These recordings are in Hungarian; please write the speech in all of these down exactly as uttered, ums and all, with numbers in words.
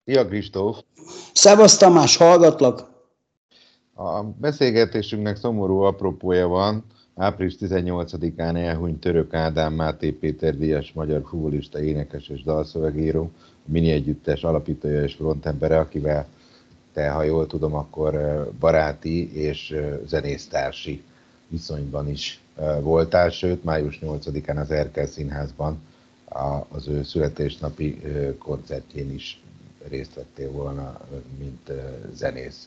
Szia Kristóf! Szevasz Tamás, hallgatlak! A beszélgetésünknek szomorú apropója van. április tizennyolcadikán elhunyt Török Ádám Máté Péter díjas magyar futballista, énekes és dalszövegíró, a Mini Együttes alapítója és frontembere, akivel te, ha jól tudom, akkor baráti és zenésztársi viszonyban is voltál, sőt május nyolcadikán az Erkel Színházban az ő születésnapi koncertjén is részt vettél volna, mint zenész.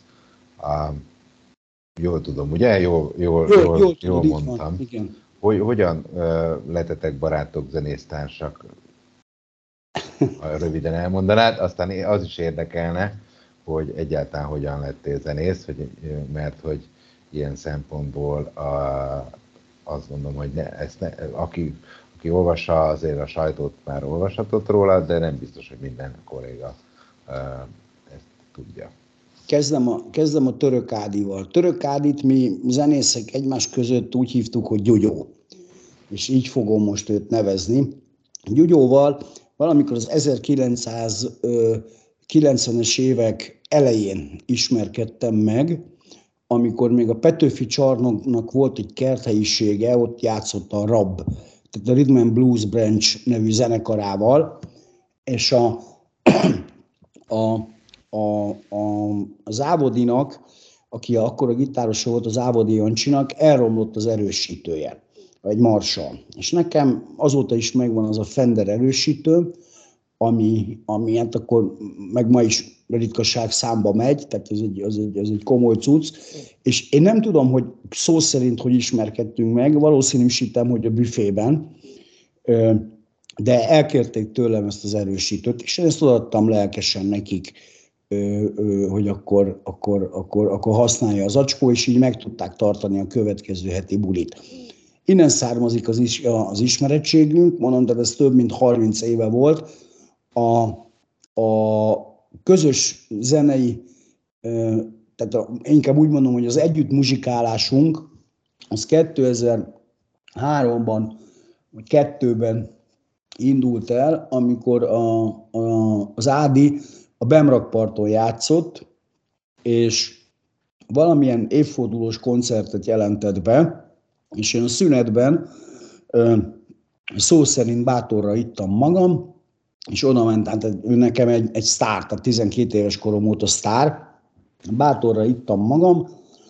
Jól tudom, ugye? Jól, jól, Jól, jól, jól, jól tudod, mondtam. van, igen. Hogy, hogyan lettetek barátok, zenésztársak? Röviden elmondanád, aztán az is érdekelne, hogy egyáltalán hogyan lettél zenész, hogy, mert hogy ilyen szempontból a, azt mondom, hogy ne, ezt ne, aki, aki olvassa, azért a sajtót már olvashatott róla, de nem biztos, hogy minden kolléga uh, ezt tudja. Kezdem a, kezdem a Török Ádival. Török Ádit mi zenészek egymás között úgy hívtuk, hogy Gyugyó. És így fogom most őt nevezni. Gyugyóval valamikor az ezerkilencszázkilencvenes évek elején ismerkedtem meg, amikor még a Petőfi Csarnoknak volt egy kerthelyisége, ott játszott a Rab, tehát a Rhythm and Blues Branch nevű zenekarával, és a, a, a, a, az Ávodinak, aki akkor a gitárosa volt, az Ávodi Jancsinak, elromlott az erősítője, egy Marshall. És nekem azóta is megvan az a Fender erősítő, ami, ami hát akkor meg ma is ritkaság számba megy, tehát ez egy, az egy, ez egy komoly cucc, és én nem tudom, hogy szó szerint hogy ismerkedtünk meg, valószínűsítem, hogy a büfében, de elkérték tőlem ezt az erősítőt, és én ezt odaadtam lelkesen nekik, hogy akkor, akkor, akkor, akkor használja az acskó, és így meg tudták tartani a következő heti bulit. Innen származik az, is, az ismerettségünk, mondom, de ez több mint harminc éve volt. A, a közös zenei, tehát a, inkább úgy mondom, hogy az együtt muzsikálásunk, az kétezer-háromban, vagy kettőben indult el, amikor a, a, az Ádi a Bemrakparton játszott, és valamilyen évfordulós koncertet jelentett be, és én a szünetben szó szerint bátorra ittam magam, és oda ment, hát ő nekem egy, egy sztár, tehát tizenkét éves korom óta sztár, bátorra ittam magam,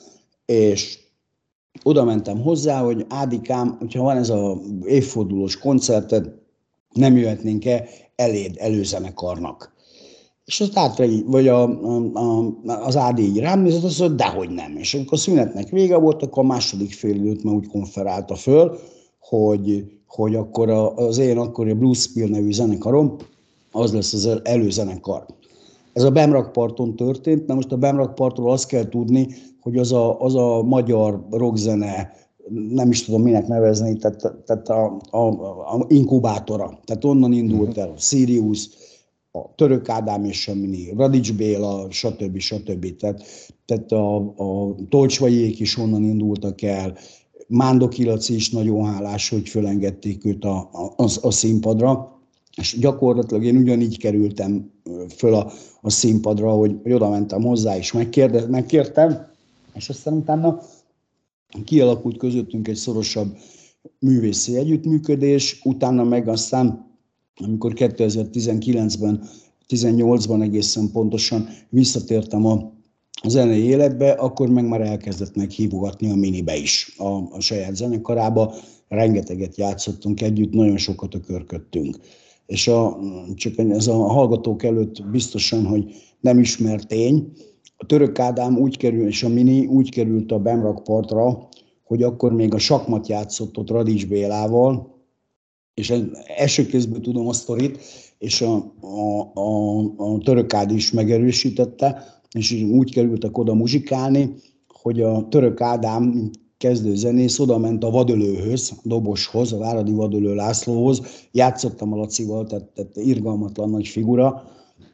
és oda mentem hozzá, hogy Ádikám, hogyha van ez az évfordulós koncerted, nem jöhetnénk-e eléd előzenekarnak. És az átra így, vagy a, a, az Ádi így rám nézett, azt mondta, dehogy nem. És amikor a szünetnek vége volt, akkor a második fél időt már úgy konferálta föl, hogy, hogy akkor az én akkori a Blues Spill nevű zenekarom, az lesz az előzenekar. Ez a Bemrakparton történt, de most a Bemrakpartról azt kell tudni, hogy az a, az a magyar rockzene, nem is tudom minek nevezni, tehát, tehát a, a, a inkubátora. Tehát onnan indult el a Sirius, a Török Ádám és a Mini, Radics Béla, stb. stb. Tehát, tehát a, a Tolcsvaiék is onnan indultak el, Mándoki Laci is nagyon hálás, hogy fölengedték őt a, a, a színpadra, és gyakorlatilag én ugyanígy kerültem föl a, a színpadra, hogy, hogy oda mentem hozzá, és megkérde, megkértem, és aztán utána kialakult közöttünk egy szorosabb művészi együttműködés, utána meg aztán, amikor kétezer-tizenkilencben, tizennyolcban egészen pontosan visszatértem a a zenei életbe, akkor meg már elkezdett meghívogatni a Minibe is, a, a saját zenekarába. Rengeteget játszottunk együtt, nagyon sokat ökörködtünk. És a, csak ez a hallgatók előtt biztosan, hogy nem ismert tény, a Török Ádám úgy került, és a Mini úgy került a Bemrakpartra, hogy akkor még a sakmat játszott ott Radics Bélával, és első kézből tudom a sztorit, és a, a, a, a Török Ádi is megerősítette, és úgy kerültek oda muzsikálni, hogy a Török Ádám, mint kezdőzenész, oda ment a vadölőhöz, a doboshoz, a Váradi Vadölő Lászlóhoz, játszottam a Lacival, tehát, tehát irgalmatlan nagy figura,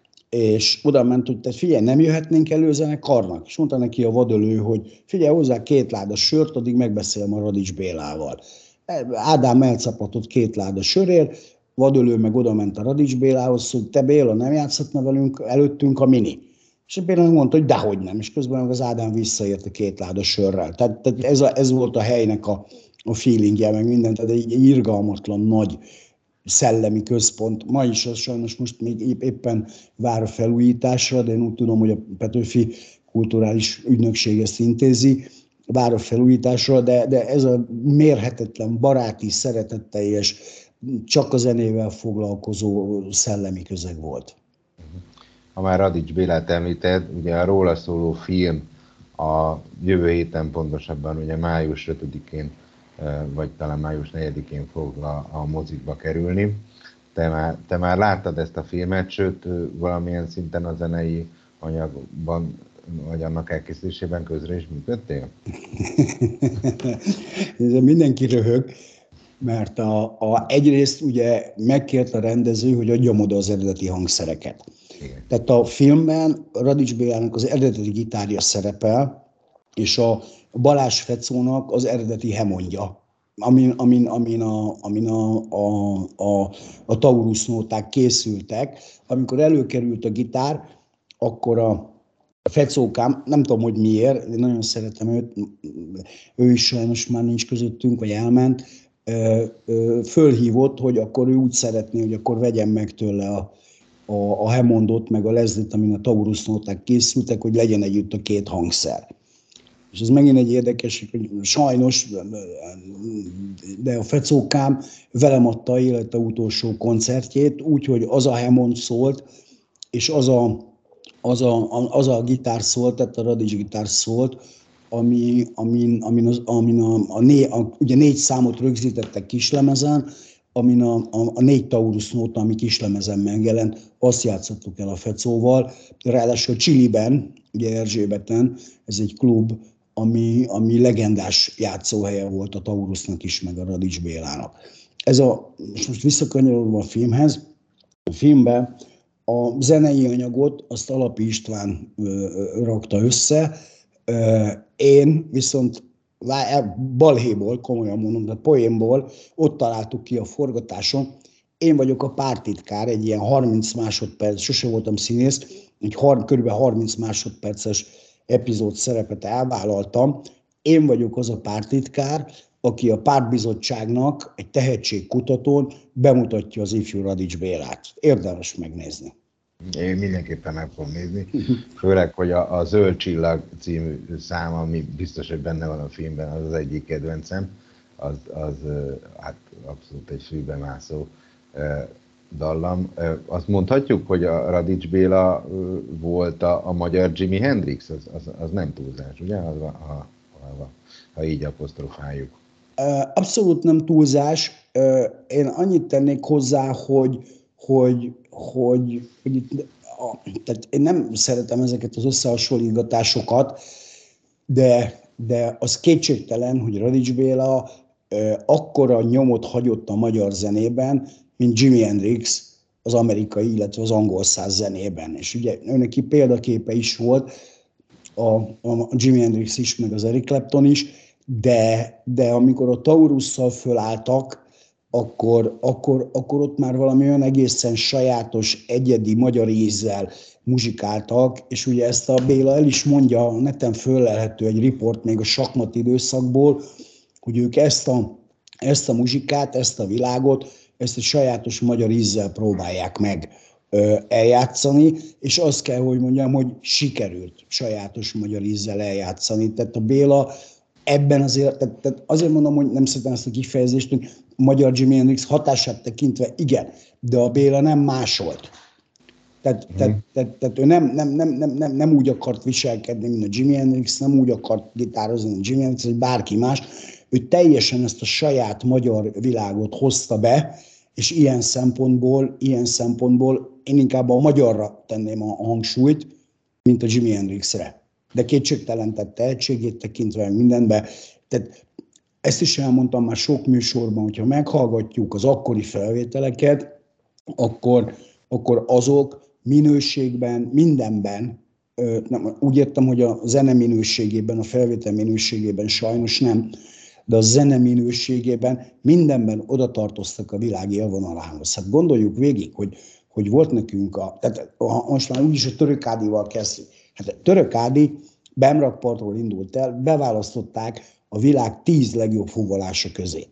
és oda ment, hogy te figyelj, nem jöhetnénk előzenekarnak? És mondta neki a vadölő, hogy figyelj hozzá két láda sört, addig megbeszélem a Radics Bélával. Ádám elcapatott két láda sörért, Vadölő meg oda ment a Radics Bélához, hogy te Béla, nem játszhatna velünk előttünk a Mini? És a Béla mondta, hogy dehogy nem, és közben az Ádám visszaért a két láda sörrel. Tehát, tehát ez, a, ez volt a helynek a, a feelingje, meg minden, tehát egy, egy irgalmatlan nagy szellemi központ. Ma is az sajnos most még éppen vár a felújításra, de én úgy tudom, hogy a Petőfi Kulturális Ügynökség ezt intézi, vár a felújításra, de, de ez a mérhetetlen, baráti, szeretetteljes, csak a zenével foglalkozó szellemi közeg volt. Ha már Radics Bélát említed, ugye a róla szóló film a jövő héten, pontosabban ugye május ötödikén, vagy talán május negyedikén fog a, a mozikba kerülni. Te már, te már láttad ezt a filmet, sőt valamilyen szinten a zenei anyagban, vagy annak elkészítésében közre is működtél? Mindenki röhög, mert a, a, egyrészt ugye megkért a rendező, hogy adjam oda az eredeti hangszereket. Igen. Tehát a filmben Radics Bélának az eredeti gitárja szerepel, és a Balázs Fecónak az eredeti hemondja, amin, amin, amin, a, amin a, a, a, a Taurus nóták készültek. Amikor előkerült a gitár, akkor a Fecókám, nem tudom, hogy miért, én nagyon szeretem őt, ő is sajnos már nincs közöttünk, vagy elment, fölhívott, hogy akkor ő úgy szeretné, hogy akkor vegyem meg tőle a, a, a Hammondot, meg a Leslie-t, amin a Taurus nóták készültek, hogy legyen együtt a két hangszer. És ez megint egy érdekes, hogy sajnos, de a Fecókám velem adta élete utolsó koncertjét, úgyhogy az a Hammond szólt, és az a, az a, az a gitár szólt, tehát a Radics gitár szólt, ami, amin, amin, az, amin a, a, né, a, ugye négy számot rögzítettek kislemezen, amin a, a, a négy Taurus nóta, ami kislemezen megjelent, azt játszottuk el a Fecóval. Ráadásul Csiliben, ugye Erzsébeten, ez egy klub, ami, ami legendás játszóhelye volt a Taurusnak is, meg a Radics Bélának. Ez a, most visszakanyarodva a filmhez, a filmben a zenei anyagot azt Alapi István ö, ö, rakta össze, ö, én viszont balhéból, komolyan mondom, de poénból ott találtuk ki a forgatáson. Én vagyok a pártitkár, egy ilyen harminc másodperc, sose voltam színész, egy kb. harminc másodperces epizód szerepet elvállaltam. Én vagyok az a pártitkár, aki a pártbizottságnak egy tehetségkutatón bemutatja az ifjú Radics Bélát. Érdemes megnézni. Én mindenképpen meg fogom nézni, főleg, hogy a, a Zöld Csillag című szám, ami biztos, hogy benne van a filmben, az az egyik kedvencem, az, az hát abszolút egy fülbemászó dallam. Azt mondhatjuk, hogy a Radics Béla volt a, a magyar Jimi Hendrix, az, az, az nem túlzás, ugye, az, ha, ha, ha így apostrofáljuk. Abszolút nem túlzás. Én annyit tennék hozzá, hogy hogy, hogy, hogy a, tehát én nem szeretem ezeket az összehasonlítgatásokat, de, de az kétségtelen, hogy Radics Béla e, akkora nyomot hagyott a magyar zenében, mint Jimi Hendrix az amerikai, illetve az angol száz zenében. És ugye őneki példaképe is volt, a, a Jimi Hendrix is, meg az Eric Clapton is, de, de amikor a Taurusszal fölálltak, Akkor, akkor, akkor ott már valami olyan egészen sajátos, egyedi magyar ízzel muzsikáltak, és ugye ezt a Béla el is mondja, neten föllelhető egy riport még a sakmat időszakból, hogy ők ezt a, ezt a muzsikát, ezt a világot, ezt egy sajátos magyar ízzel próbálják meg ö, eljátszani, és azt kell, hogy mondjam, hogy sikerült sajátos magyar ízzel eljátszani. Tehát a Béla ebben azért, tehát, tehát azért mondom, hogy nem szeretem ezt a kifejezést, hogy a magyar Jimi Hendrix hatását tekintve igen, de a Béla nem másolt. Tehát, mm. tehát, tehát, tehát ő nem, nem, nem, nem, nem, nem úgy akart viselkedni, mint a Jimi Hendrix, nem úgy akart gitározni, mint a Jimi Hendrix, vagy bárki más. Ő teljesen ezt a saját magyar világot hozta be, és ilyen szempontból, ilyen szempontból én inkább a magyarra tenném a hangsúlyt, mint a Jimi Hendrixre. De kétségtelen tett tehetségét tekintve mindenbe. Tehát ezt is elmondtam már sok műsorban, hogyha meghallgatjuk az akkori felvételeket, akkor, akkor azok minőségben, mindenben, nem, úgy értem, hogy a zene minőségében, a felvétel minőségében sajnos nem, de a zene minőségében mindenben oda tartoztak a világ élvonalához. Hát gondoljuk végig, hogy, hogy volt nekünk, a, tehát most már úgyis a Török Ádival kezdjük. Hát a Török Ádi Bemrakpartról indult el, beválasztották a világ tíz legjobb fuvolása közé.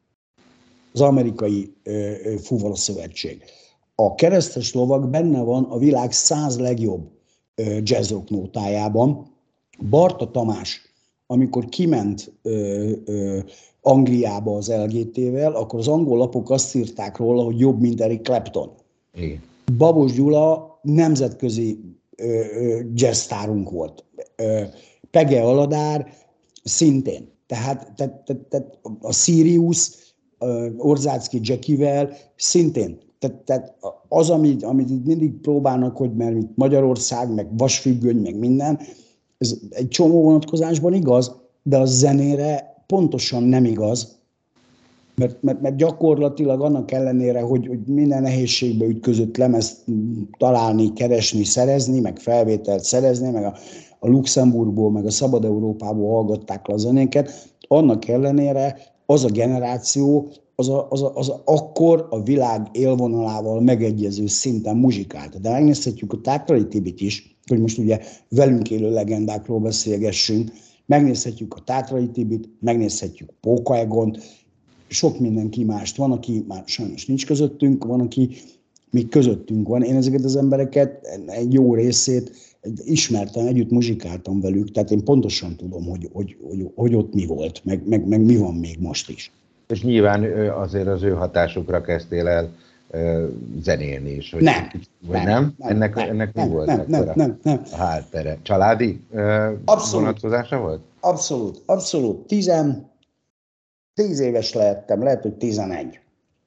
Az amerikai fuvolaszövetség. A Keresztes Lovag benne van a világ száz legjobb jazzrock nótájában. Barta Tamás, amikor kiment ö, ö, Angliába az el gé té-vel, akkor az angol lapok azt írták róla, hogy jobb, mint Eric Clapton. Igen. Babos Gyula nemzetközi ö, ö, jazzsztárunk volt. Ö, Pege Aladár szintén. Tehát, tehát, tehát, tehát a Sirius, Orzácki Jackivel szintén. Tehát, tehát az, amit, amit itt mindig próbálnak, hogy mert itt Magyarország, meg vasfüggöny, meg minden, ez egy csomó vonatkozásban igaz, de a zenére pontosan nem igaz, mert, mert, mert gyakorlatilag annak ellenére, hogy, hogy minden nehézségbe ütközött lemezt találni, keresni, szerezni, meg felvételt szerezni, meg a, a Luxemburgból, meg a Szabad Európából hallgatták le a zenéket, annak ellenére az a generáció, az, a, az, a, az a, akkor a világ élvonalával megegyező szinten muzsikált. De megnézhetjük a Tátrai Tibit is, hogy most ugye velünk élő legendákról beszélgessünk, megnézhetjük a Tátrai Tibit, megnézhetjük Póka Egont, sok mindenki mást. Van, aki már sajnos nincs közöttünk, van, aki még közöttünk van. Én ezeket az embereket, egy jó részét ismertem, együtt muzsikáltam velük, tehát én pontosan tudom, hogy, hogy, hogy, hogy ott mi volt, meg, meg, meg mi van még most is. És nyilván azért az ő hatásukra kezdtél el zenélni is, hogy nem, vagy nem, nem? nem? Ennek, nem, ennek nem, mi volt nem, nem, nem, nem. a háttere? Családi abszolút, vonatkozása volt? Abszolút, abszolút. Tizen, tíz éves lehettem, lehet, hogy tizenegy.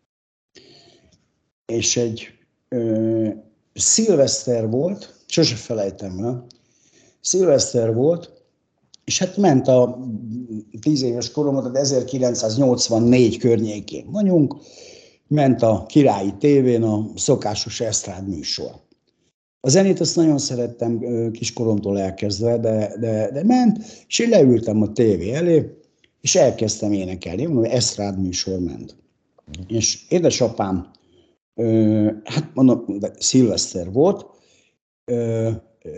És egy ö, szilveszter volt, sose felejtem el, szilveszter volt, és hát ment a tíz éves koromat, tehát ezerkilencszáznyolcvannégy környékén vagyunk, ment a Királyi tévén a szokásos esztrád műsor. A zenét azt nagyon szerettem kiskoromtól elkezdve, de, de, de ment, és én leültem a tévé elé, és elkezdtem énekelni, mondom, esztrád műsor ment. És édesapám, ö, hát mondom, de szilveszter volt, ö,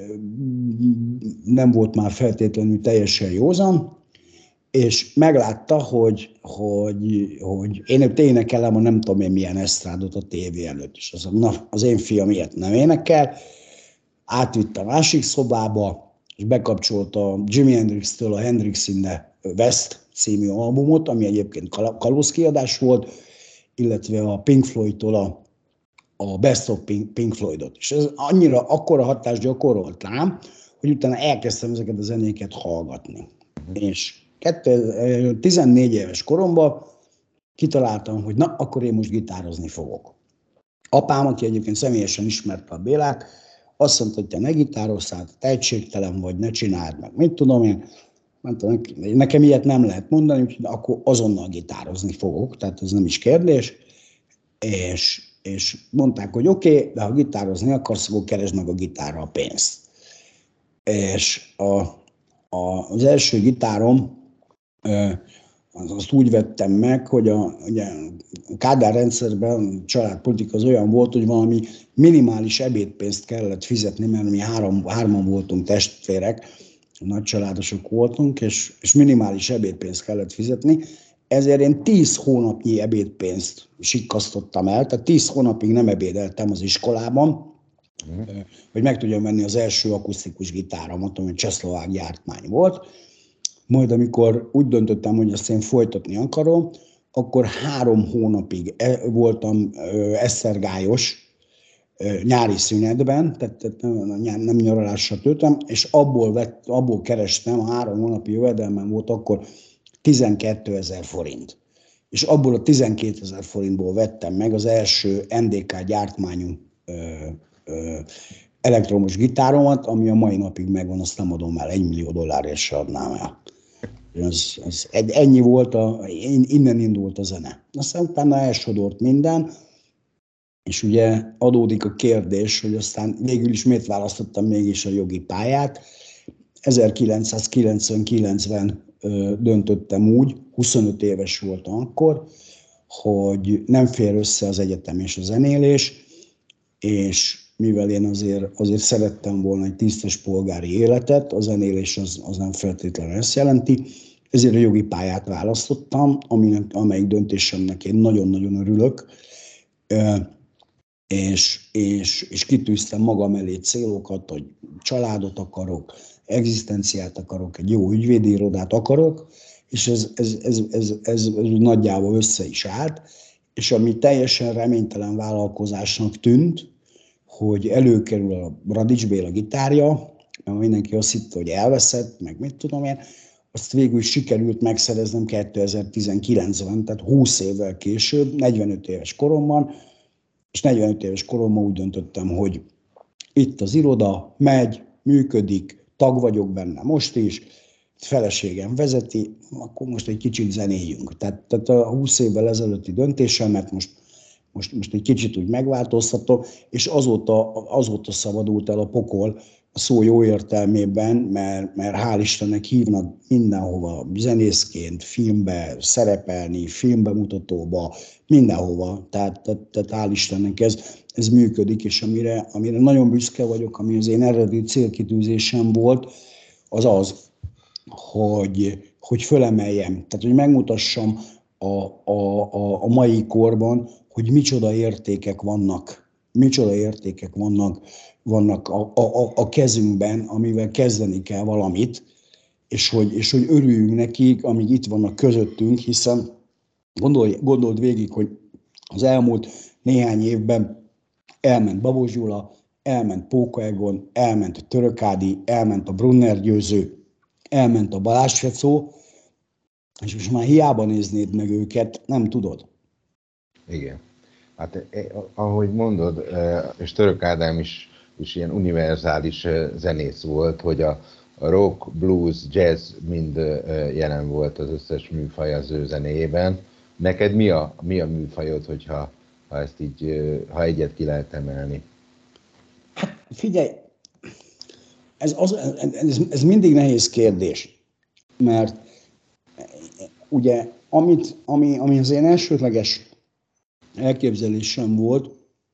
nem volt már feltétlenül teljesen józan, és meglátta, hogy, hogy, hogy én ott énekelem a nem tudom én milyen esztrádot a tévé előtt, és az, na, az én fiam ilyet nem énekel, átvitt a másik szobába, és bekapcsolta Jimi Hendrix-től a Hendrix in the West című albumot, ami egyébként kalózkiadás volt, illetve a Pink Floydtól a, a Best of Pink, Pink Floydot. És ez annyira, akkora hatást gyakorolt rám, hogy utána elkezdtem ezeket a zenéket hallgatni. És tizennégy éves koromban kitaláltam, hogy na, akkor én most gitározni fogok. Apám, aki egyébként személyesen ismerte a Bélát, azt mondta, hogy te ne gitározz, hát tehetségtelen vagy, ne csináld meg. Mit tudom én? Mondtam, nekem ilyet nem lehet mondani, úgyhogy akkor azonnal gitározni fogok, tehát ez nem is kérdés. És, és mondták, hogy oké, okay, de ha gitározni akarsz, akkor keresd meg a gitárra a pénzt. És a, a, az első gitárom, azt úgy vettem meg, hogy a, ugye, a Kádár rendszerben a családpolitika az olyan volt, hogy valami minimális ebédpénzt kellett fizetni, mert mi három, hárman voltunk testvérek, nagy családosok voltunk, és, és minimális ebédpénzt kellett fizetni, ezért én tíz hónapnyi ebédpénzt sikkasztottam el, tehát tíz hónapig nem ebédeltem az iskolában, mm. hogy meg tudjam venni az első akusztikus gitáromat, ami csehszlovák gyártmány volt. Majd amikor úgy döntöttem, hogy ezt én folytatni akarom, akkor három hónapig voltam esztergályos nyári szünetben, tehát nem, nem nyaralásra töltöm, és abból, vett, abból kerestem, a három hónapi jövedelmem volt akkor tizenkétezer forint. És abból a tizenkétezer forintból vettem meg az első en dé ká gyártmányú ö, ö, elektromos gitáromat, ami a mai napig megvan, azt nem adom el, egy millió dollárért se adnám el. Az, az, ennyi volt, a, innen indult a zene. Aztán utána elsodort minden, és ugye adódik a kérdés, hogy aztán végül is miért választottam mégis a jogi pályát. ezerkilencszázkilencvenkilencben döntöttem úgy, huszonöt éves voltam akkor, hogy nem fér össze az egyetem és a zenélés, és mivel én azért, azért szerettem volna egy tisztes polgári életet, a zenélés az, az nem feltétlenül ezt jelenti, ezért a jogi pályát választottam, aminek, amelyik döntésemnek én nagyon-nagyon örülök, és, és, és kitűztem magam elé célokat, hogy családot akarok, egzisztenciát akarok, egy jó ügyvédi irodát akarok, és ez, ez, ez, ez, ez, ez nagyjából össze is állt, és ami teljesen reménytelen vállalkozásnak tűnt, hogy előkerül a Radics Béla gitárja, mert mindenki azt hitte, hogy elveszett, meg mit tudom én, azt végül sikerült megszereznem kétezer-tizenkilencben, tehát húsz évvel később, negyvenöt éves koromban, és negyvenöt éves koromban úgy döntöttem, hogy itt az iroda, megy, működik, tag vagyok benne most is, feleségem vezeti, akkor most egy kicsit zenéljünk. Tehát, tehát a húsz évvel ezelőtti döntésemet most, most, most egy kicsit úgy megváltoztatom, és azóta, azóta szabadult el a pokol a szó jó értelmében, mert, mert hál' Istennek hívnak mindenhova zenészként, filmbe szerepelni, filmbemutatóba, mindenhova. Tehát, tehát, tehát hál' Istennek ez, ez működik, és amire, amire nagyon büszke vagyok, ami az én eredeti célkitűzésem volt, az az, hogy, hogy fölemeljem, tehát hogy megmutassam a, a, a, a mai korban, hogy micsoda értékek vannak, micsoda értékek vannak, vannak a, a, a kezünkben, amivel kezdeni kell valamit, és hogy, és hogy örüljünk nekik, amíg itt vannak közöttünk, hiszen gondolj, gondold végig, hogy az elmúlt néhány évben elment Babos Gyula, elment Póka Egon, elment a Török Ádi, elment a Brunner Győző, elment a Balázs Fecó, és most már hiába néznéd meg őket, nem tudod. Igen. Hát ahogy mondod, és Török Ádám is, is ilyen univerzális zenész volt, hogy a, a rock, blues, jazz mind jelen volt az összes műfaj az ő zenéjében. Neked mi a, mi a műfajod, hogyha ha ezt így, ha egyet ki lehet emelni? Hát figyelj, ez, az, ez, ez mindig nehéz kérdés, mert ugye amit, ami, ami az én elsődleges elképzelésem volt,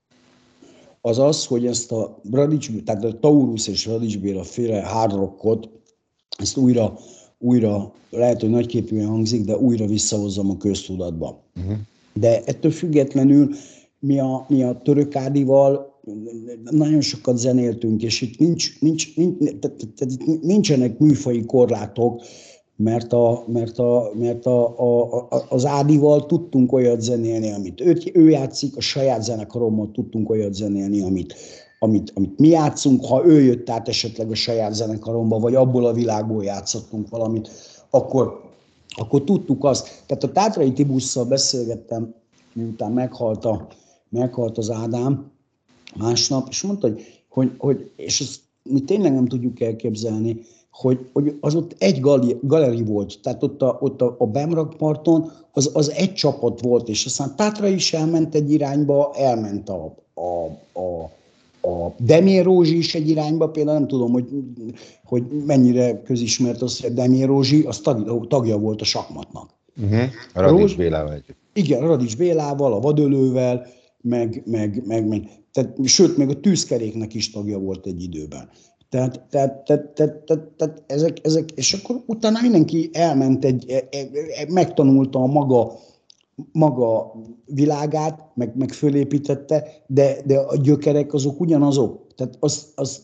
az az, hogy ezt a Radics, tehát a Taurus és Radics Béla féle hard rockot, ezt újra, újra, lehet, hogy nagyképűen hangzik, de újra visszahozzam a köztudatba. Uh-huh. De ettől függetlenül mi a, mi a Török Ádival nagyon sokat zenéltünk, és itt nincs, nincs, nincs, nincsenek műfaji korlátok, mert, a, mert, a, mert a, a, a, az Ádival tudtunk olyat zenélni, amit ő, ő játszik, a saját zenekarommal tudtunk olyat zenélni, amit, amit, amit mi játszunk. Ha ő jött át esetleg a saját zenekaromba, vagy abból a világból játszottunk valamit, akkor, akkor tudtuk azt. Tehát a Tátrai Tibusszal beszélgettem, miután meghalt, a, meghalt az Ádám másnap, és mondta, hogy, hogy, hogy és ezt mi tényleg nem tudjuk elképzelni, hogy, hogy az ott egy gali, galeri volt, tehát ott a, ott a, a Bemrakparton az, az egy csapat volt, és aztán Tátra is elment egy irányba, elment a, a, a, a Demér Rózsi is egy irányba, például nem tudom, hogy, hogy mennyire közismert az, hogy a Demér Rózsi, az tag, tagja volt a sakmatnak. Uh-huh. A Radics Bélával együtt. Igen, a Radics Bélával, a Vadölővel, meg, meg, meg, meg tehát, sőt, még a Tűzkeréknek is tagja volt egy időben. Tehát, tehát, tehát, tehát, tehát, tehát ezek, ezek, és akkor utána mindenki elment, egy, e, e, megtanulta a maga, maga világát, meg, meg fölépítette, de, de a gyökerek azok ugyanazok. Tehát az, az,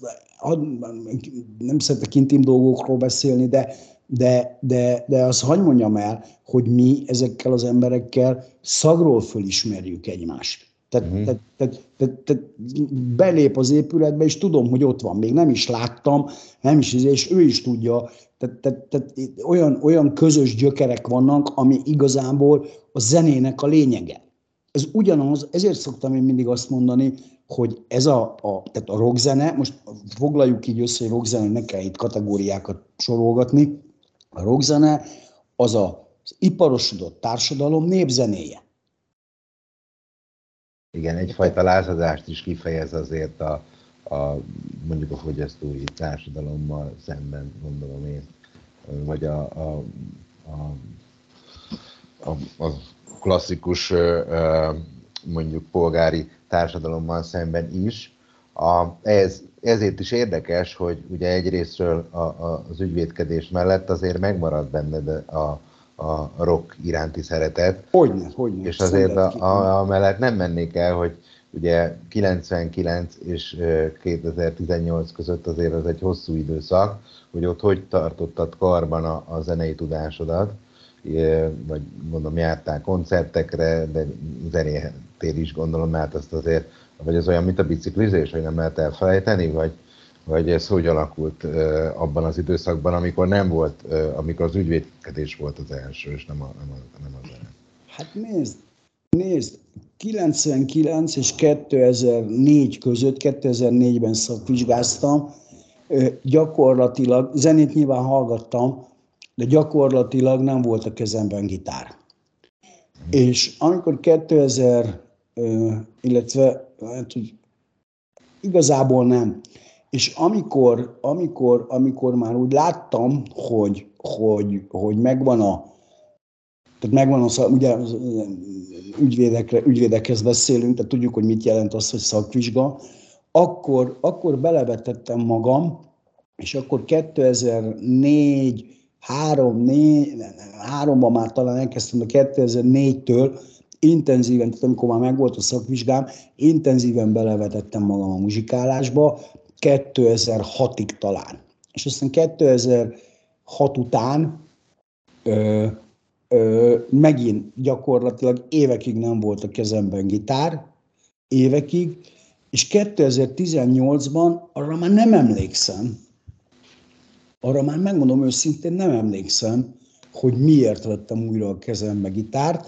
nem szeretek intim dolgokról beszélni, de, de, de, de azt hadd mondjam el, hogy mi ezekkel az emberekkel szagról fölismerjük egymást. Tehát, uh-huh. tehát, tehát, tehát, tehát belép az épületbe, és tudom, hogy ott van. Még nem is láttam, nem is, és ő is tudja. Tehát, tehát, tehát olyan, olyan közös gyökerek vannak, ami igazából a zenének a lényege. Ez ugyanaz, ezért szoktam én mindig azt mondani, hogy ez a, a, tehát a rockzene, most foglaljuk így össze, hogy rockzene, ne kell itt kategóriákat sorolgatni, a rockzene az a, az iparosodott társadalom népzenéje. Igen, egyfajta lázadást is kifejez azért a, a mondjuk a fogyasztói társadalommal szemben, gondolom én. vagy a, a, a, a, a klasszikus mondjuk polgári társadalommal szemben is. A, ez, ezért is érdekes, hogy ugye egyrésztről a, a, az ügyvédkedés mellett azért megmarad benned a, a rock iránti szeretet. Hogyne, hogyne. És azért a, a, a mellett nem mennék el, hogy ugye kilencvenkilenc és kétezer-tizennyolc között azért az egy hosszú időszak, hogy ott hogy tartottad karban a, a zenei tudásodat, vagy mondom, jártál koncertekre, de zenétél is gondolom, mert azt azért, vagy az olyan, mint a biciklizés, hogy nem lehet elfelejteni, vagy, vagy ez hogy alakult abban az időszakban, amikor nem volt, amikor az ügyvédkedés volt az első, és nem a, nem a, nem a zene? Hát nézd, nézd, kilencvenkilenc és kétezer-négy között, kétezer-négyben szakvizsgáztam, gyakorlatilag, zenét nyilván hallgattam, de gyakorlatilag nem volt a kezemben gitár. És amikor kétezer, illetve hát, igazából nem. És amikor, amikor, amikor már úgy láttam, hogy, hogy, hogy megvan a, tehát megvan a, ugye ügyvédekre, ügyvédekhez beszélünk, tehát tudjuk, hogy mit jelent az, hogy szakvizsga, akkor, akkor belevetettem magam, és akkor kétezer-négy, három, négy, háromban már talán elkezdtem, de kétezer-négytől intenzíven, tehát amikor már megvolt a szakvizsgám, intenzíven belevetettem magam a muzsikálásba, kétezer-hatig talán. És aztán kétezer-hat után ö, ö, megint gyakorlatilag évekig nem volt a kezemben gitár, évekig, és kétezer-tizennyolcban arra már nem emlékszem, arra már megmondom őszintén, nem emlékszem, hogy miért vettem újra a kezembe gitárt,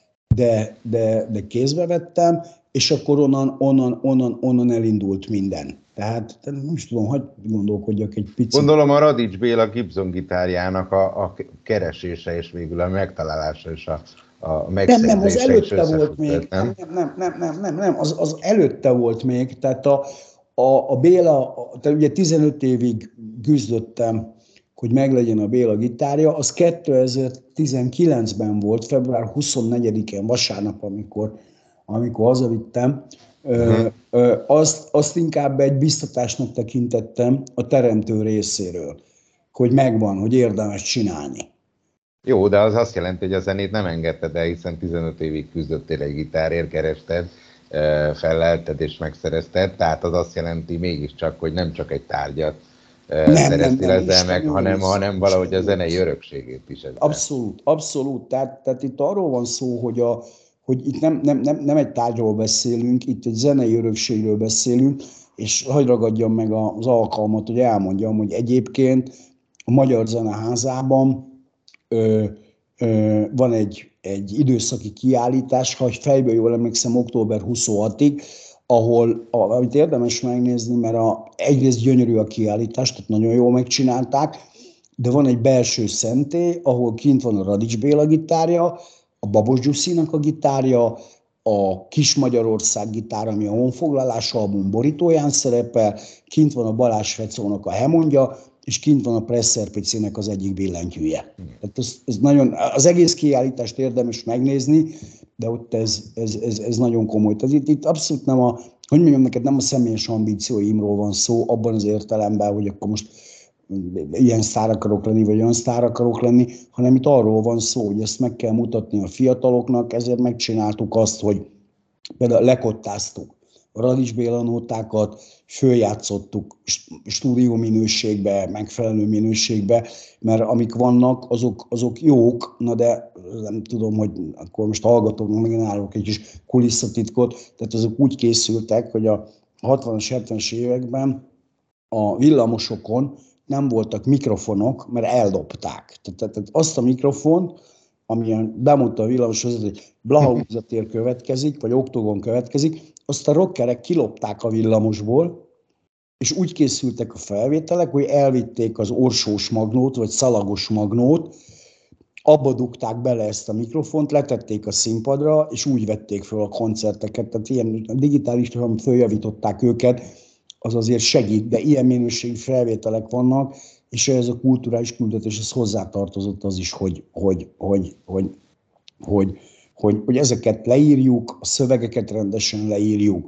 de, de, de kézbe vettem, és akkor onnan, onnan, onnan, onnan elindult minden. Tehát nem is tudom, hogy gondolkodjak egy picit. Gondolom a Radics Béla Gibson gitárjának a, a keresése és végül a megtalálása és a, a megszerzése. Nem, nem, az előtte volt még. Nem, nem, nem, nem, nem, nem az, az előtte volt még. Tehát a, a, a Béla, tehát ugye tizenöt évig küzdöttem, hogy meglegyen a Béla gitárja, az kétezer-tizenkilencben volt, február huszonnegyedikén, vasárnap, amikor, amikor hazavittem. Uh-huh. Azt, azt inkább egy biztatásnak tekintettem a teremtő részéről, hogy megvan, hogy érdemes csinálni. Jó, de az azt jelenti, hogy a zenét nem engedted el, hiszen tizenöt évig küzdöttél egy gitárért, kerested, fellelted és megszerezted, tehát az azt jelenti mégiscsak, hogy nem csak egy tárgyat nem, szereztél nem, nem, ezzel meg, hanem, hanem valahogy a zenei örökségét is. Ezzel. Abszolút, abszolút. Tehát, tehát itt arról van szó, hogy, a, hogy itt nem, nem, nem, nem egy tárgyról beszélünk, itt egy zenei örökségről beszélünk, és hadd ragadjam meg az alkalmat, hogy elmondjam, hogy egyébként a Magyar Zeneházában ö, ö, van egy, egy időszaki kiállítás, ha fejből jól emlékszem, október huszonhatodikáig, ahol, amit érdemes megnézni, mert a, egyrészt gyönyörű a kiállítás, tehát nagyon jól megcsinálták, de van egy belső szentély, ahol kint van a Radics Béla gitárja, a Babos Gyuszinak a gitárja, a Kis Magyarország gitár, ami a Honfoglalás album borítóján szerepel, kint van a Balázs Fecónak a Hemondja, és kint van a Presser Picinek az egyik billentyűje. Tehát ez, ez nagyon, az egész kiállítást érdemes megnézni, de ott ez, ez, ez, ez nagyon komoly. Tehát itt, itt abszolút nem a, hogy mondjam neked, nem a személyes ambícióimról van szó, abban az értelemben, hogy akkor most ilyen sztár akarok lenni, vagy olyan sztár akarok lenni, hanem itt arról van szó, hogy ezt meg kell mutatni a fiataloknak, ezért megcsináltuk azt, hogy például lekottáztuk a Radics Béla nótákat, följátszottuk stúdió minőségbe, megfelelő minőségbe, mert amik vannak, azok, azok jók, na de nem tudom, hogy akkor most hallgatóknak meginálok egy kis kulisszatitkot, tehát azok úgy készültek, hogy a hatvanas, hetvenes években a villamosokon nem voltak mikrofonok, mert eldobták. Tehát, tehát azt a mikrofont, amilyen bemondta a villamos, hogy Blaha utcatér következik, vagy Oktogon következik, azt a rockerek kilopták a villamosból, és úgy készültek a felvételek, hogy elvitték az orsós magnót, vagy szalagos magnót, abba dugták bele ezt a mikrofont, letették a színpadra, és úgy vették fel a koncerteket. Tehát ilyen digitálisan följavították őket, az azért segít, de ilyen minőségű felvételek vannak, és ez a kulturális küldetéshez hozzátartozott az is, hogy, hogy, hogy, hogy, hogy, hogy, hogy ezeket leírjuk, a szövegeket rendesen leírjuk,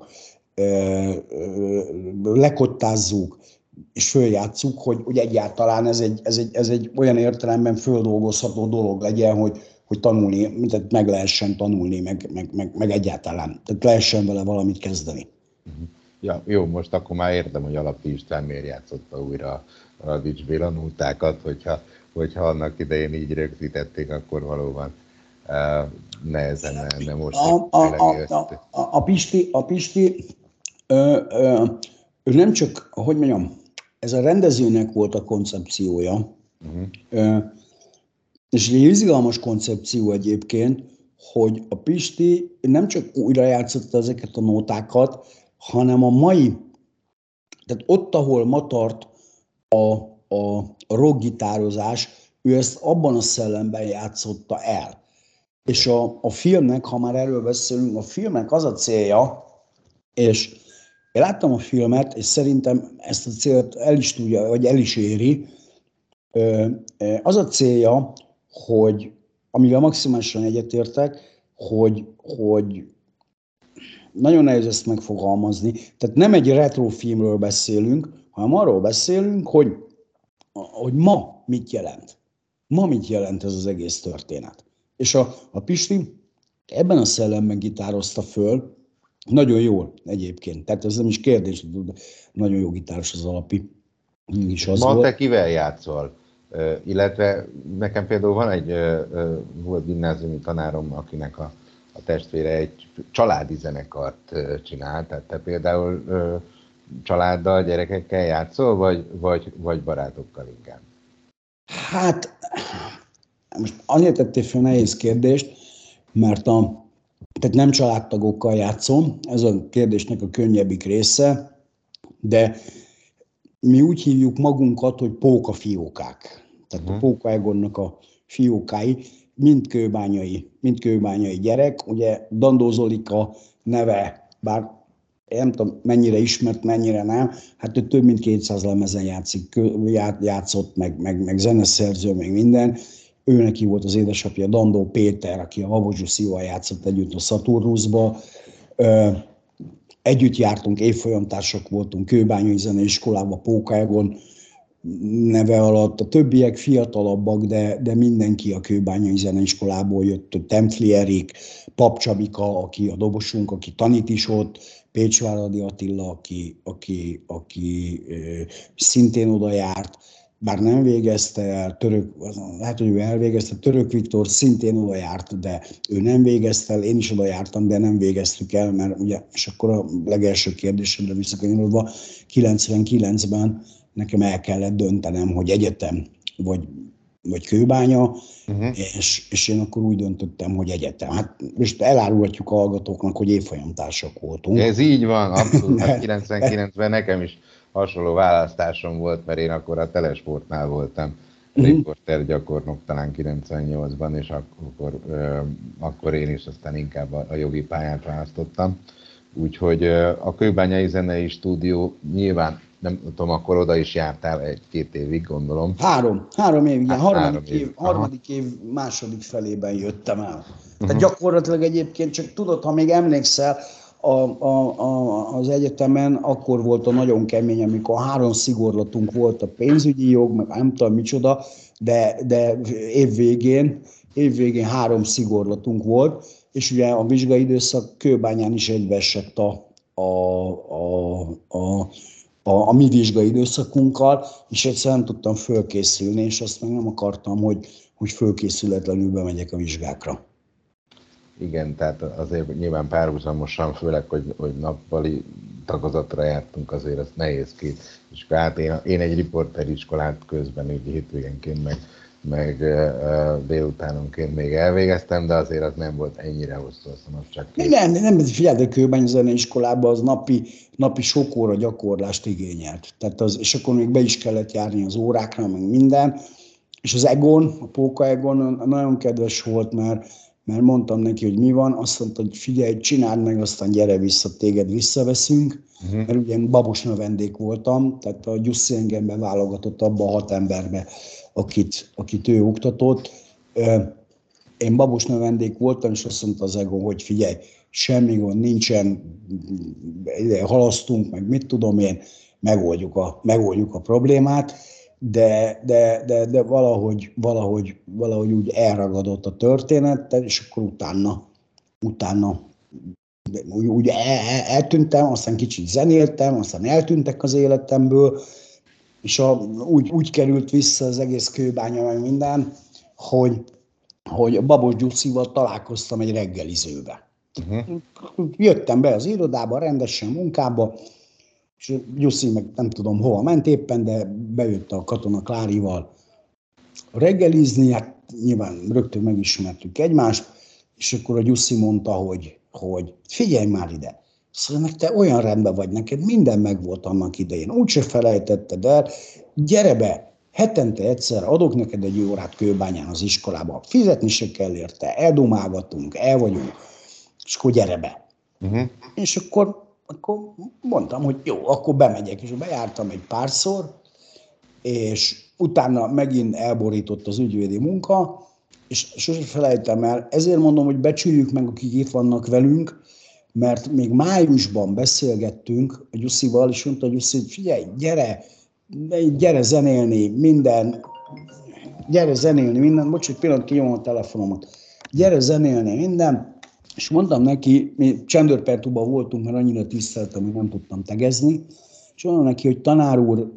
lekottázzuk, és följátsszuk, hogy, hogy egyáltalán ez egy, ez, egy, ez egy olyan értelemben földolgozható dolog legyen, hogy, hogy tanulni, tehát meg lehessen tanulni, meg, meg, meg, meg egyáltalán. Tehát lehessen vele valamit kezdeni. Ja, jó, most akkor már értem, hogy Alapi István miért játszotta újra a Radics Béla nótákat, hogyha, hogyha annak idején így rögzítették, akkor valóban uh, nehezen lenne most. A, a, a, a, a Pisti, a Pisti ö, ö, ő nem csak, hogy mondjam, ez a rendezőnek volt a koncepciója, uh-huh. ö, és egy izgalmas koncepció egyébként, hogy a Pisti nem csak újra játszotta ezeket a nótákat, hanem a mai, tehát ott, ahol ma tart a, a, a rockgitározás, ő ezt abban a szellemben játszotta el. És a, a filmnek, ha már erről beszélünk, a filmnek az a célja, és én láttam a filmet, és szerintem ezt a célt el is tudja, vagy el is éri, az a célja, hogy, amivel maximálisan egyetértek, hogy, hogy nagyon nehéz ezt megfogalmazni. Tehát nem egy retro filmről beszélünk, hanem arról beszélünk, hogy, hogy ma mit jelent. Ma mit jelent ez az egész történet. És a, a Pisti ebben a szellemben gitározta föl, nagyon jól egyébként. Tehát ez nem is kérdés, de nagyon jó gitáros az Alapi. Is az ma volt. Te kivel játszol? Uh, illetve nekem például van egy uh, uh, volt gimnáziumi tanárom, akinek a a testvére egy családi zenekart csinál, tehát te például ö, családdal, gyerekekkel játszol, vagy, vagy, vagy barátokkal inkább? Hát, most azért tettél fel nehéz kérdést, mert a, tehát nem családtagokkal játszom, ez a kérdésnek a könnyebbik része, de mi úgy hívjuk magunkat, hogy pókafiókák. Tehát uh-huh. a Póka Egonnak a fiókái, mind kőbányai, mind kőbányai gyerek. Ugye Dandó Zolika neve, bár nem tudom mennyire ismert, mennyire nem, hát ő több mint kétszáz lemezen játszik, játszott, meg, meg, meg zeneszerző, meg minden. Ő neki volt az édesapja, Dandó Péter, aki a Habozsú Szívval játszott együtt a Szaturnuszba. Együtt jártunk, évfolyamtársak voltunk Kőbányai Zeneiskolában, Póka Egon neve alatt. A többiek fiatalabbak, de, de mindenki a Kőbányai Zeneiskolából jött. Tempfli Erik, Pap Csabika, aki a dobosunk, aki tanít is ott, Pécsváradi Attila, aki, aki, aki ö, szintén oda járt, bár nem végezte el, török, lehet, hogy ő elvégezte, Török Viktor szintén oda járt, de ő nem végezte el, én is oda jártam, de nem végeztük el, mert ugye, és akkor a legelső kérdésemre visszakanyarodva, kilencvenkilencben nekem el kellett döntenem, hogy egyetem vagy, vagy Kőbánya, uh-huh. és, és én akkor úgy döntöttem, hogy egyetem. Hát most elárulhatjuk a hallgatóknak, hogy évfolyamtársak voltunk. Ez így van, abszolút. Hát kilencvenkilencben nekem is hasonló választásom volt, mert én akkor a Telesportnál voltam uh-huh. riportergyakornok talán kilencvennyolcban, és akkor, euh, akkor én is aztán inkább a, a jogi pályát választottam. Úgyhogy euh, a Kőbányai Zenei Stúdió nyilván, nem tudom, akkor oda is jártál egy-két évig, gondolom. Három, három évig, igen. Hát, harmadik, év, év, harmadik év második felében jöttem el. Tehát uh-huh. gyakorlatilag egyébként, csak tudod, ha még emlékszel, a, a, a, az egyetemen akkor volt a nagyon kemény, amikor három szigorlatunk volt, a pénzügyi jog, meg nem tudom micsoda, de, de évvégén, évvégén három szigorlatunk volt, és ugye a vizsgai időszak Kőbányán is egybeesett a, a, a, a A, a mi vizsgai időszakunkkal, és egyszer nem tudtam fölkészülni, és azt meg nem akartam, hogy, hogy fölkészületlenül bemegyek a vizsgákra. Igen, tehát azért nyilván párhuzamosan, főleg, hogy, hogy nappali tagozatra jártunk, azért az nehéz két iskolát. Én, én egy riporteriskolát közben így hétvégenként, meg, meg uh, délutánonként még elvégeztem, de azért az nem volt ennyire hosszú, azt csak két. Nem, nem, figyelj, a Kőbányai Zeneiskolában az napi, napi sok óra gyakorlást igényelt. Tehát az, és akkor még be is kellett járni az órákra, meg minden. És az Egon, a Póka Egon nagyon kedves volt, mert, mert mondtam neki, hogy mi van, azt mondta, hogy figyelj, csináld meg, aztán gyere vissza, téged visszaveszünk, uh-huh. mert ugye én babos növendék voltam, tehát a Gyuszi engem beválogatott abba a hat emberbe, akit, akit ő oktatott. Én babos növendék voltam, és azt mondta az Egon, hogy figyelj, semmi gond nincsen, halasztunk, meg mit tudom én, megoldjuk a, megoldjuk a problémát, de, de, de, de valahogy, valahogy, valahogy úgy elragadott a történet, és akkor utána, utána úgy, úgy el, eltűntem, aztán kicsit zenéltem, aztán eltűntek az életemből, és a, úgy, úgy került vissza az egész Kőbánya, meg minden, hogy, hogy a Babos Gyuszival találkoztam egy reggelizőbe. Uh-huh. Jöttem be az irodába, rendesen munkába, és Gyuszi meg nem tudom hova ment éppen, de bejött a Katona Klárival reggelizni, hát nyilván rögtön megismertük egymást, és akkor a Gyuszi mondta, hogy, hogy figyelj már ide, szóval te olyan rendben vagy, neked minden megvolt annak idején, úgyse felejtetted el, gyere be, hetente egyszer adok neked egy órát Kőbányán az iskolába, fizetni se kell érte, eldomálgatunk, el vagyunk, és akkor gyere be. Uh-huh. És akkor akkor mondtam, hogy jó, akkor bemegyek, és bejártam egy párszor, és utána megint elborított az ügyvédi munka, és sosem felejtem el, ezért mondom, hogy becsüljük meg, akik itt vannak velünk, mert még májusban beszélgettünk a Gyuszival, és mondta a Gyuszi, figyelj, gyere, gyere zenélni, minden, gyere zenélni, minden, bocs, egy pillanat, kinyomom a telefonomat, gyere zenélni, minden, és mondtam neki, mi Csendőrpertúban voltunk, mert annyira tiszteltem, hogy nem tudtam tegezni, és mondom neki, hogy tanár úr,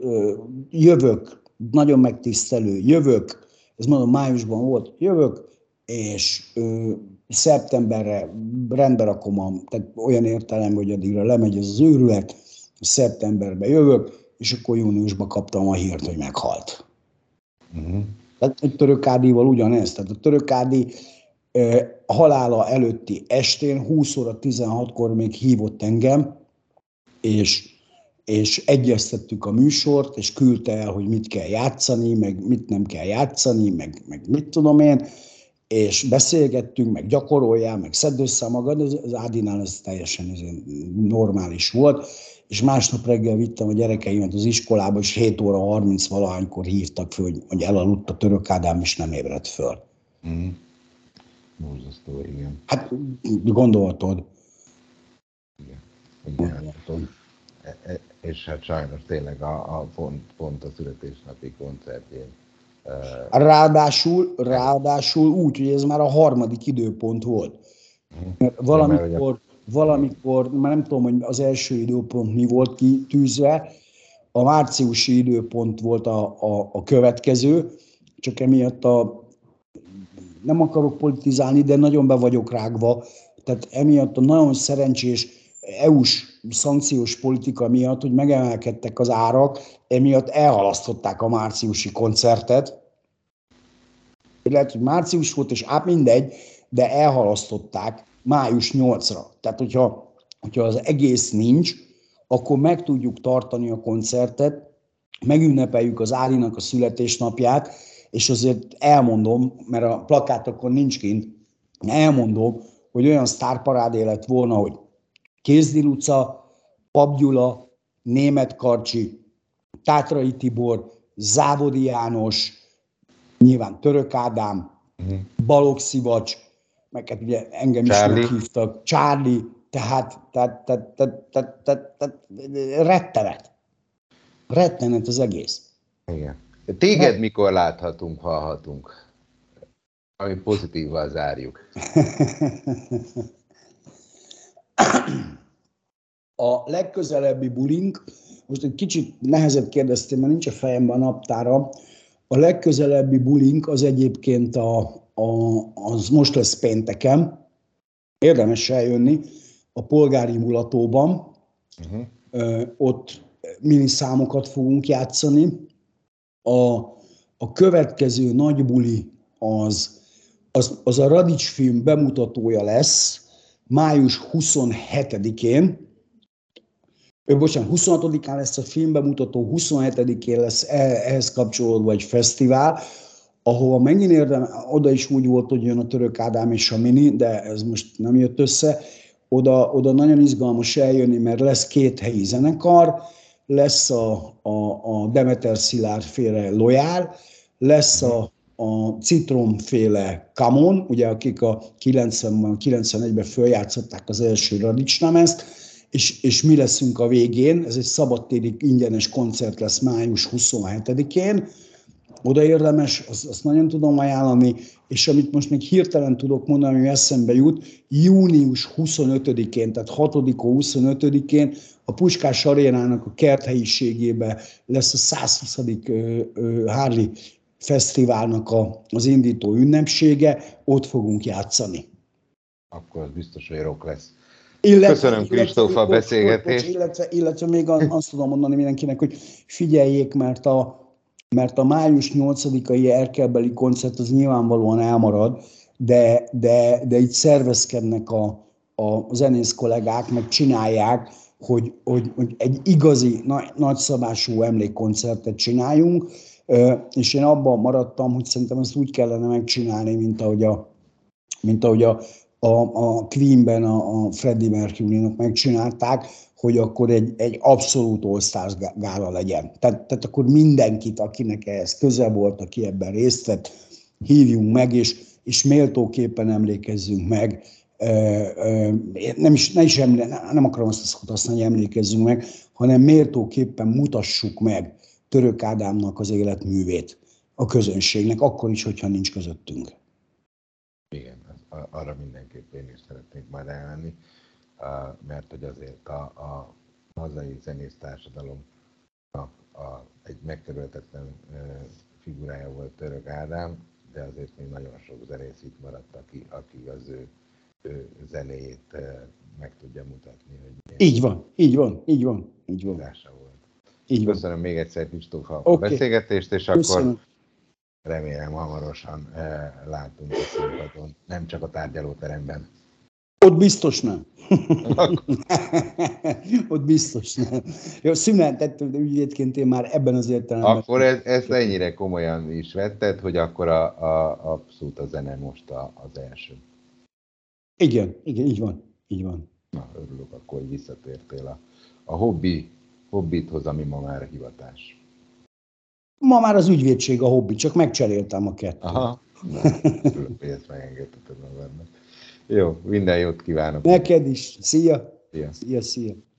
jövök, nagyon megtisztelő, jövök, ez mondom májusban volt, jövök, és ö, szeptemberre rendbe rakom, a, tehát olyan értelem, hogy addigra lemegy ez az őrület, szeptemberben jövök, és akkor júniusban kaptam a hírt, hogy meghalt. Uh-huh. Tehát a Török Ádival ugyanez, tehát a Török Ádi a halála előtti estén, húsz óra tizenhatkor még hívott engem, és, és egyeztettük a műsort, és küldte el, hogy mit kell játszani, meg mit nem kell játszani, meg, meg mit tudom én, és beszélgettünk, meg gyakoroljál, meg szedd össze magad, az Ádinál ez teljesen normális volt, és másnap reggel vittem a gyerekeimet az iskolába, és hét óra harminc valahánykor hívtak föl, hogy elaludt a Török Ádám, és nem ébredt föl. Mm. Borzasztó, igen. Hát gondolhatod. Igen. Igen. Gondolhatod. E, e, és hát sajnos tényleg a, a pont, pont a születésnapi koncertjén. Uh, ráadásul, ráadásul úgy, hogy ez már a harmadik időpont volt. Mert valamikor, valamikor, már nem tudom, hogy az első időpont mi volt kitűzve, a márciusi időpont volt a, a, a következő, csak emiatt a nem akarok politizálni, de nagyon be vagyok rágva, tehát emiatt a nagyon szerencsés é u-s szankciós politika miatt, hogy megemelkedtek az árak, emiatt elhalasztották a márciusi koncertet. Lehet, hogy március volt, és át mindegy, de elhalasztották május nyolcadikra. Tehát, hogyha, hogyha az egész nincs, akkor meg tudjuk tartani a koncertet, megünnepeljük az Ádinak a születésnapját, és azért elmondom, mert a plakátokon nincs kint, elmondom, hogy olyan sztárparádé lett volna, hogy Kézdi Luca, Papp Gyula, Németh Karcsi, Tátrai Tibor, Závodi János, nyilván Török Ádám, uh-huh. Balogh Szivacs, meg hát ugye engem is meghívtak, Charlie, tehát, tehát, tehát, tehát, tehát, tehát, tehát rettenet. Rettenet az egész. Igen. Téged mikor láthatunk, hallhatunk? Ami pozitívval zárjuk. A legközelebbi bulink, most egy kicsit nehezebb kérdeztem, mert nincs a fejemben a naptára, a legközelebbi bulink az egyébként a, a, az most lesz pénteken, érdemes eljönni, a polgári mulatóban, uh-huh. Ö, ott miniszámokat fogunk játszani. A, a következő nagy buli az, az, az a Radics film bemutatója lesz május huszonhetedikén. Ő, bocsánat, huszonhatodikán lesz a film bemutató, huszonhetedikén lesz ehhez kapcsolódva egy fesztivál, ahova megint érdem, oda is úgy volt, hogy jön a Török Ádám és a Mini, de ez most nem jött össze, oda, oda nagyon izgalmas eljönni, mert lesz két helyi zenekar, lesz a, a, a Demeter Szilárd féle Lojál, lesz a, a Citrom féle Kamon, ugye akik a kilencvenben, kilencvenegyben följátszották az első Radics lemezt, és, és mi leszünk a végén, ez egy szabadtéri ingyenes koncert lesz május huszonhetedikén, oda érdemes, azt, azt nagyon tudom ajánlani, és amit most még hirtelen tudok mondani, ami eszembe jut, június huszonötödikén, tehát hatodikán huszonötödikén a Puskás Arénának a kerthelyiségében lesz a százhuszadik Harley Fesztiválnak a, az indító ünnepsége, ott fogunk játszani. Akkor az biztos, hogy rock lesz. Illetve, Köszönöm, Kristóf, a beszélgetést. Illetve, illetve még azt tudom mondani mindenkinek, hogy figyeljék, mert a mert a május nyolcadikai Erkelbeli koncert az nyilvánvalóan elmarad, de, de, de itt szervezkednek a, a zenész kollégák, meg csinálják, hogy, hogy, hogy egy igazi, nagy, nagyszabású emlékkoncertet csináljunk, és én abban maradtam, hogy szerintem ezt úgy kellene megcsinálni, mint ahogy a, mint ahogy a, a, a Queenben a, a Freddie Mercury-nak megcsinálták, hogy akkor egy, egy abszolút all-stars gála legyen. Tehát, tehát akkor mindenkit, akinek ehhez köze volt, aki ebben részt vett, hívjunk meg, és, és méltóképpen emlékezzünk meg. Nem, is, nem, is emlé, nem akarom azt a szót használni, hogy emlékezzünk meg, hanem méltóképpen mutassuk meg Török Ádámnak az életművét a közönségnek, akkor is, hogyha nincs közöttünk. Igen, arra mindenképp én is szeretnék majd elmenni. Uh, mert hogy azért a, a hazai zenész társadalomnak a, egy megkerülhetetlen uh, figurája volt Török Ádám, de azért még nagyon sok zenész itt maradt, aki, aki az ő, ő zenéjét uh, meg tudja mutatni. Hogy így van, így van, így van, így van. Volt. Így van. Köszönöm még egyszer, Kristóf, a okay. beszélgetést, és Köszönöm. Akkor remélem hamarosan uh, látunk a színpadon, nem csak a tárgyalóteremben. Ott biztos nem. Ott biztos nem. Jó, szüneltettem, de ügyvédként én már ebben az értelemben... Akkor ez, ezt ennyire komolyan is vetted, hogy akkor a, a, abszolút a zene most a, az első. Igen, igen, így van, így van. Na, örülök akkor, hogy visszatértél a, a hobbi, hobbithoz, ami ma már hivatás. Ma már az ügyvédség a hobbi, csak megcseréltem a kettőt. Aha, na, örülök, hogy ezt megengedheted magadnak. Jó, minden jót kívánok. Neked is. Szia. Szia. Szia, szia.